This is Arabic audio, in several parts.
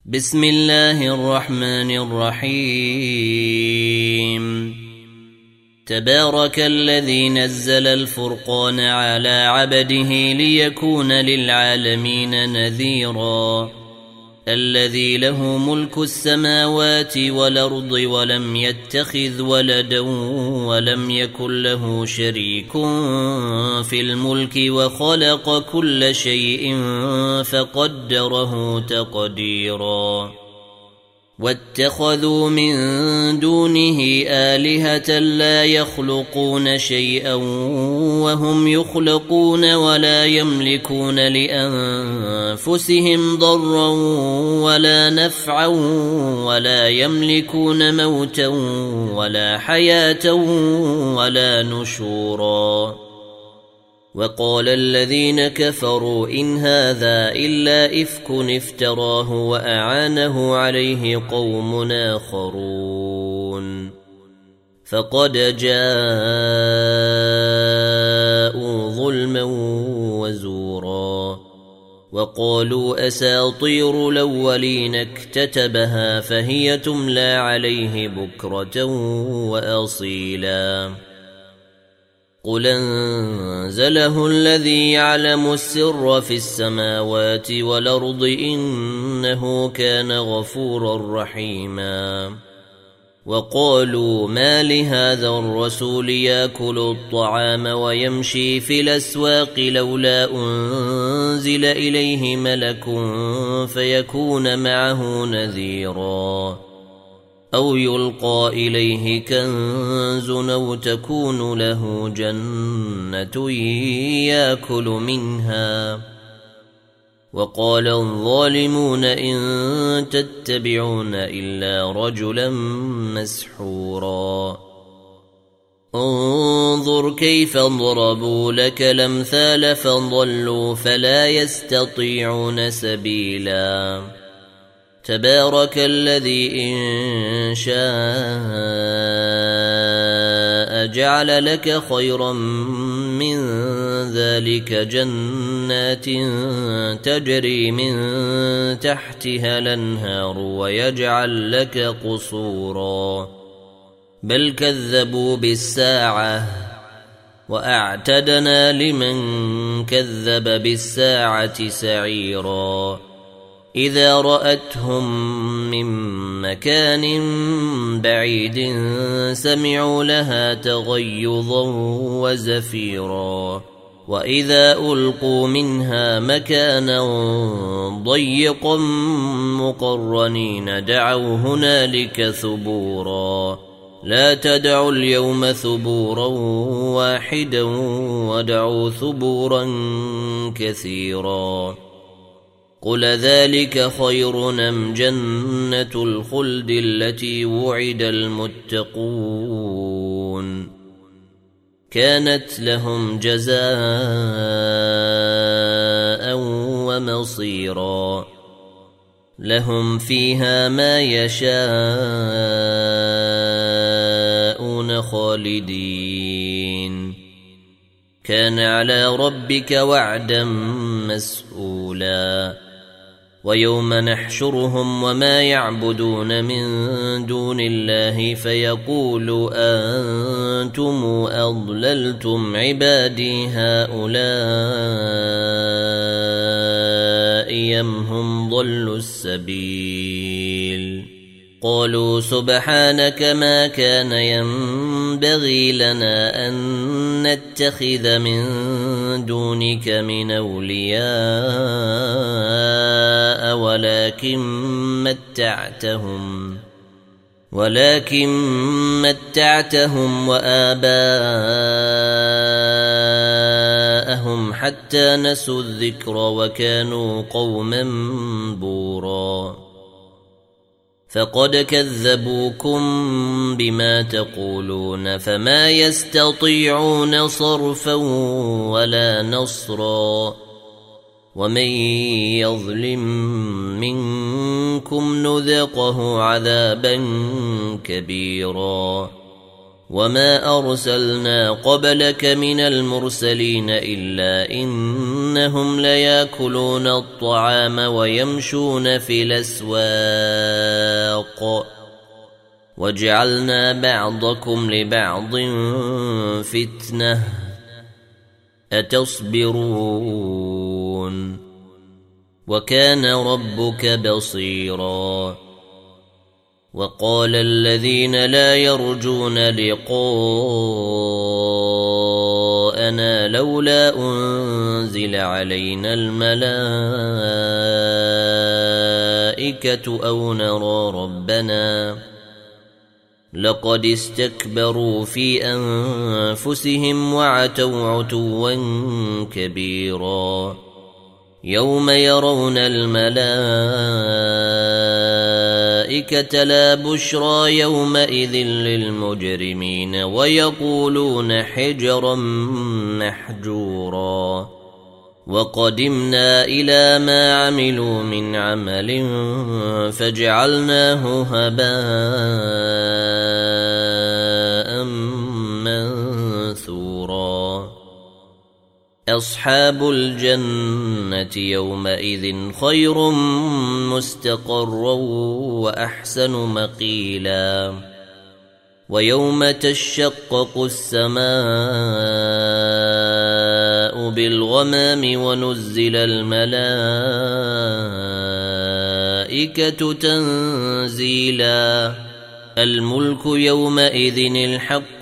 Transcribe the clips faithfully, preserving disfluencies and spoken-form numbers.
بسم الله الرحمن الرحيم تبارك الذي نزل الفرقان على عبده ليكون للعالمين نذيرا الذي له ملك السماوات والأرض ولم يتخذ ولدا ولم يكن له شريك في الملك وخلق كل شيء فقدره تقديرا واتخذوا من دونه آلهة لا يخلقون شيئا وهم يخلقون ولا يملكون لأنفسهم ضرا ولا نفعا ولا يملكون موتا ولا حياة ولا نشورا وقال الذين كفروا إن هذا إلا إفك افتراه وأعانه عليه قوم آخرون فقد جاءوا ظلما وزورا وقالوا أساطير الأولين اكتتبها فهي تملى عليه بكرة وأصيلا قل أنزله الذي يعلم السر في السماوات والأرض إنه كان غفورا رحيما وقالوا ما لهذا الرسول يأكل الطعام ويمشي في الأسواق لولا أنزل إليه ملك فيكون معه نذيرا أو يلقى إليه كنز أو تكون له جنة يأكل منها وقال الظالمون إن تتبعون إلا رجلا مسحورا انظر كيف ضربوا لك الأمثال فضلوا فلا يستطيعون سبيلا تبارك الذي إن شاء جعل لك خيرا من ذلك جنات تجري من تحتها الأنهار ويجعل لك قصورا بل كذبوا بالساعة وأعتدنا لمن كذب بالساعة سعيرا إذا رأتهم من مكان بعيد سمعوا لها تغيظا وزفيرا وإذا ألقوا منها مكانا ضيقا مقرنين دعوا هنالك ثبورا لا تدعوا اليوم ثبورا واحدا ودعوا ثبورا كثيرا قل ذلك خير أم جنة الخلد التي وعد المتقون كانت لهم جزاء ومصيرا لهم فيها ما يشاءون خالدين كان على ربك وعدا مسؤولا ويوم نحشرهم وما يعبدون من دون الله فيقول أنتم أضللتم عبادي هؤلاء أم هم ضلوا السبيل قالوا سبحانك ما كان ينبغي لنا أن نتخذ من دونك من أولياء ولكن متعتهم ولكن متعتهم وآباءهم حتى نسوا الذكر وكانوا قوما بورا فقد كذبوكم بما تقولون فما يستطيعون صرفا ولا نصرا ومن يظلم منكم نذقه عذابا كبيرا وما أرسلنا قبلك من المرسلين إلا إنهم ليأكلون الطعام ويمشون في الأسواق وجعلنا بعضكم لبعض فتنة أتصبرون وكان ربك بصيرا وقال الذين لا يرجون لقاءنا لولا أنزل علينا الملائكة أو نرى ربنا لقد استكبروا في أنفسهم وعتوا عتوا كبيرا يوم يرون الملائكة لا بشرى يومئذ للمجرمين ويقولون حجرا محجورا وقدمنا إلى ما عملوا من عمل فجعلناه هباء منثورا أصحاب الجنة يومئذ خير مستقرا وأحسن مقيلا ويوم تشقق السماء بالغمام ونزل الملائكة تنزيلا الملك يومئذ الحق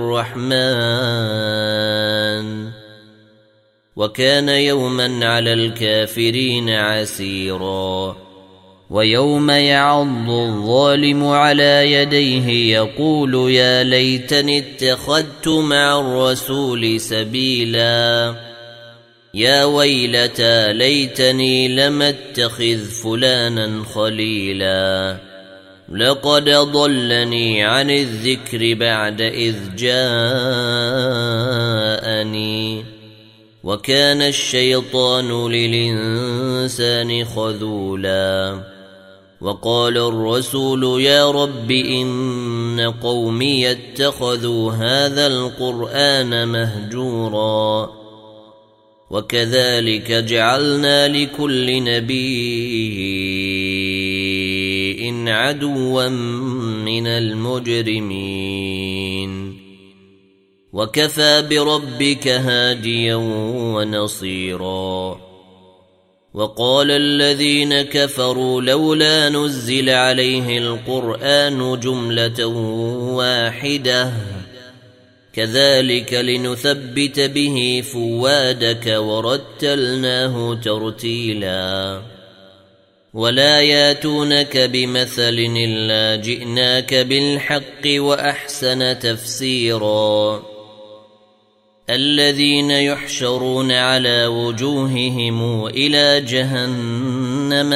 للرحمن وكان يوما على الكافرين عسيرا ويوم يعض الظالم على يديه يقول يا ليتني اتخذت مع الرسول سبيلا يا ويلتى ليتني لم اتخذ فلانا خليلا لقد ضلني عن الذكر بعد إذ جاءني وكان الشيطان للإنسان خذولا وقال الرسول يا رب إن قومي اتخذوا هذا القرآن مهجورا وكذلك جعلنا لكل نبي عدوا من المجرمين وكفى بربك هاديا ونصيرا وقال الذين كفروا لولا نزل عليه القرآن جملة واحدة كذلك لنثبت به فؤادك ورتلناه ترتيلا ولا ياتونك بمثل إلا جئناك بالحق وأحسن تفسيرا الذين يحشرون على وجوههم إلى جهنم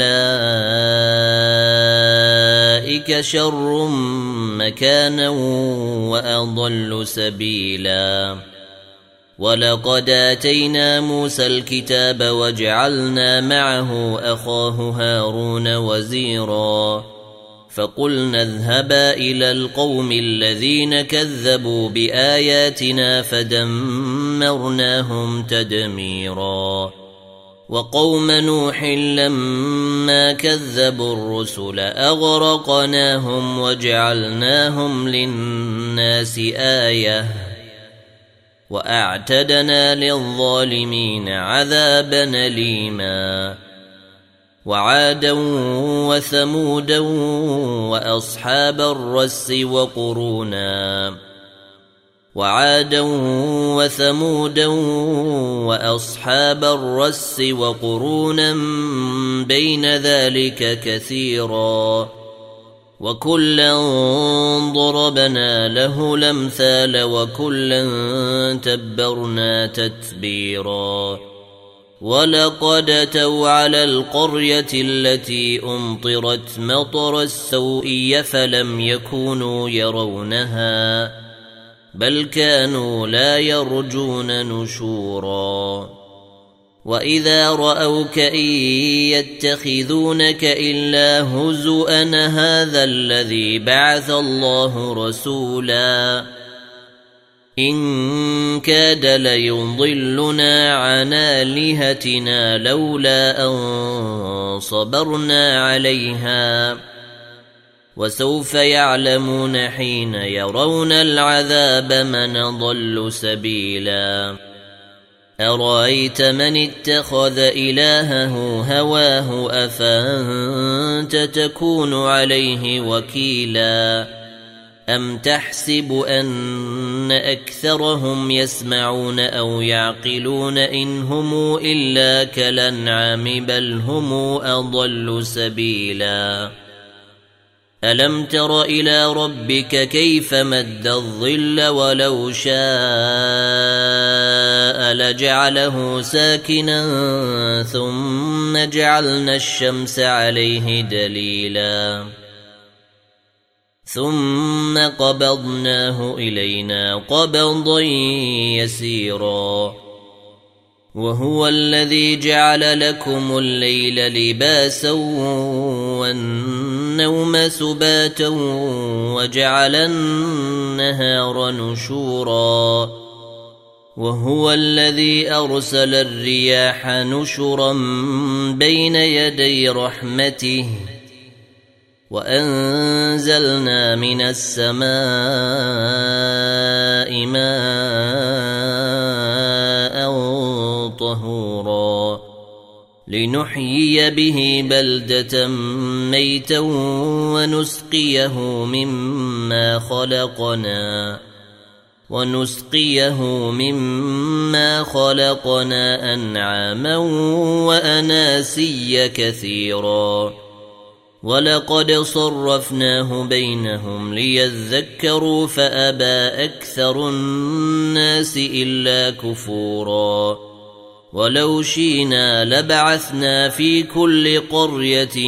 أولئك شر مكانا وأضل سبيلا ولقد آتينا موسى الكتاب وجعلنا معه أخاه هارون وزيرا فقلنا اذهبا إلى القوم الذين كذبوا بآياتنا فدمرناهم تدميرا وقوم نوح لما كذبوا الرسل أغرقناهم وجعلناهم للناس آية وأعتدنا للظالمين عذابا أليما وعادا وثمودا وأصحاب الرس وقرونا وعادا وثمودا وأصحاب الرس وقرونا بين ذلك كثيرا وكلا ضربنا له الأمثال وكلا تبرنا تتبيرا ولقد أتوا على القرية التي أمطرت مطر السوء فلم يكونوا يرونها بل كانوا لا يرجون نشورا وإذا رأوك إن يتخذونك إلا هزؤا هذا الذي بعث الله رسولا إن كاد ليضلنا عن آلهتنا لولا أن صبرنا عليها وسوف يعلمون حين يرون العذاب من ضل سبيلا أرأيت من اتخذ إلهه هواه أفأنت تكون عليه وكيلا أم تحسب أن أكثرهم يسمعون أو يعقلون إن هم إلا كالأنعام بل هم أضل سبيلا ألم تر إلى ربك كيف مد الظل ولو شاء لجعله ساكنا ثم جعلنا الشمس عليه دليلا ثم قبضناه إلينا قبضا يسيرا وهو الذي جعل لكم الليل لباسا والنوم سباتا وجعل النهار نشورا وهو الذي أرسل الرياح نشرا بين يدي رحمته وأنزلنا من السماء ماء طهورا لنحيي به بلدة ميتا ونسقيه مما خلقنا ونسقيه مما خلقنا أنعاما وأناسيا كثيرا ولقد صرفناه بينهم ليذكروا فأبى أكثر الناس إلا كفورا ولو شئنا لبعثنا في كل قرية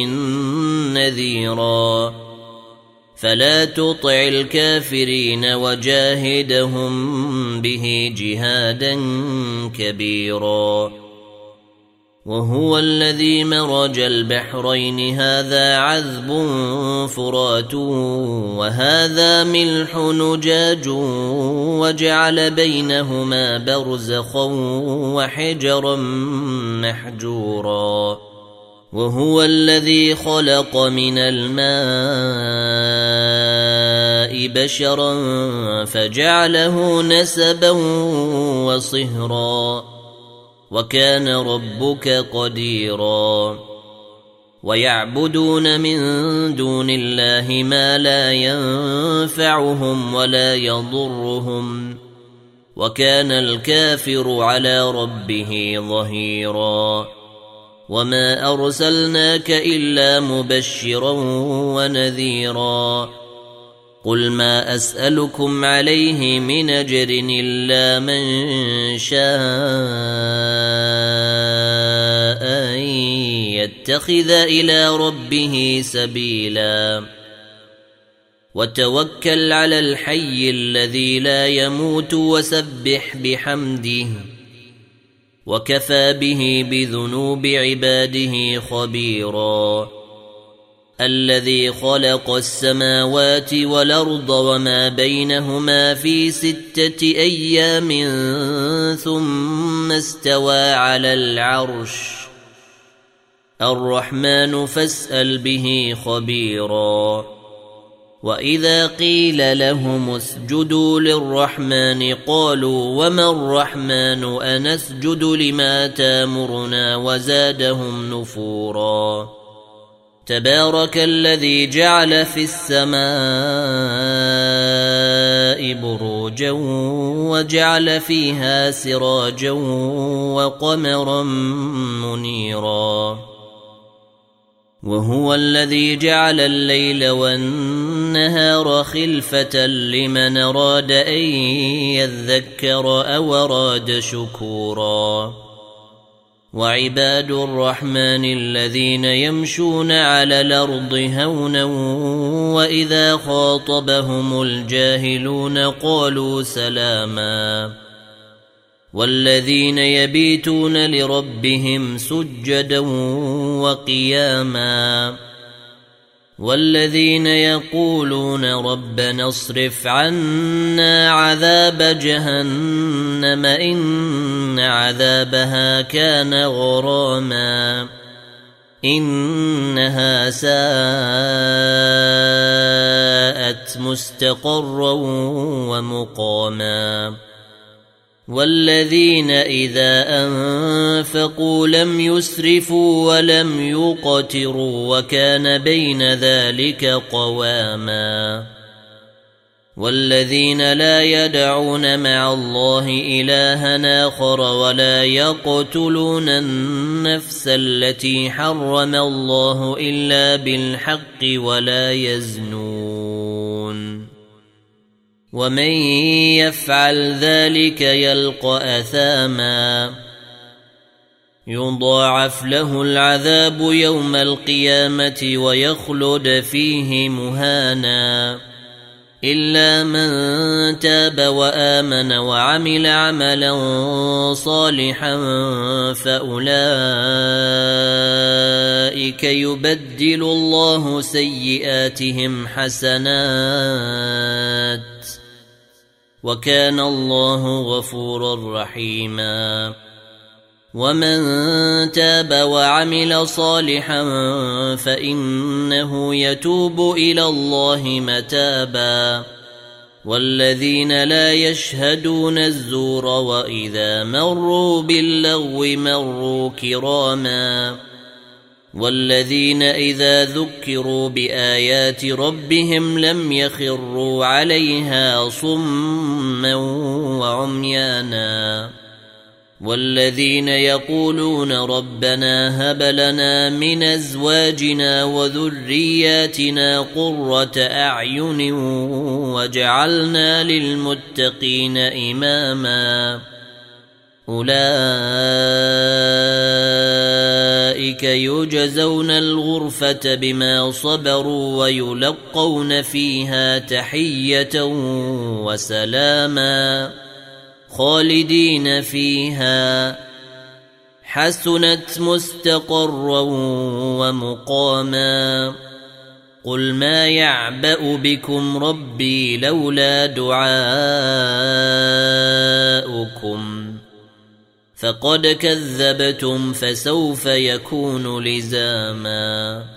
نذيرا فلا تطع الكافرين وجاهدهم به جهادا كبيرا وهو الذي مرج البحرين هذا عذب فرات وهذا ملح نجاج وجعل بينهما برزخا وحجرا محجورا وهو الذي خلق من الماء بشرا فجعله نسبا وصهرا وكان ربك قديرا ويعبدون من دون الله ما لا ينفعهم ولا يضرهم وكان الكافر على ربه ظهيرا وما أرسلناك إلا مبشرا ونذيرا قل ما أسألكم عليه من أجر إلا من شاء أن يتخذ إلى ربه سبيلا وتوكل على الحي الذي لا يموت وسبح بحمده وكفى به بذنوب عباده خبيرا الذي خلق السماوات والأرض وما بينهما في ستة أيام ثم استوى على العرش الرحمن فاسأل به خبيرا وإذا قيل لهم اسجدوا للرحمن قالوا وما الرحمن أنسجد لما تامرنا وزادهم نفورا تبارك الذي جعل في السماء بروجا وجعل فيها سراجا وقمرا منيرا وهو الذي جعل الليل والنهار خلفة لمن أراد أن يذكر أو أراد شكورا وعباد الرحمن الذين يمشون على الأرض هونا وإذا خاطبهم الجاهلون قالوا سلاما والذين يبيتون لربهم سجدا وقياما والذين يقولون ربنا اصرف عنا عذاب جهنم إن عذابها كان غراما إنها ساءت مستقرا ومقاما والذين إذا أنفقوا لم يسرفوا ولم يقتروا وكان بين ذلك قواما والذين لا يدعون مع الله إلها آخر ولا يقتلون النفس التي حرم الله إلا بالحق ولا يزنون ومن يفعل ذلك يلقى أثاما يضاعف له العذاب يوم القيامة ويخلد فيه مهانا إلا من تاب وآمن وعمل عملا صالحا فأولئك يبدل الله سيئاتهم حسنات وكان الله غفورا رحيما ومن تاب وعمل صالحا فإنه يتوب إلى الله متابا والذين لا يشهدون الزور وإذا مروا باللغو مروا كراما والذين إذا ذكروا بآيات ربهم لم يخروا عليها صما وعميانا والذين يقولون ربنا هب لنا من أزواجنا وذرياتنا قرة أعين وجعلنا للمتقين إماما أولئك يجزون الغرفة بما صبروا ويلقون فيها تحية وسلاما خالدين فيها حسنت مستقرا ومقاما قل ما يعبأ بكم ربي لولا دعاؤكم فقد كذبتم فسوف يكون لزاما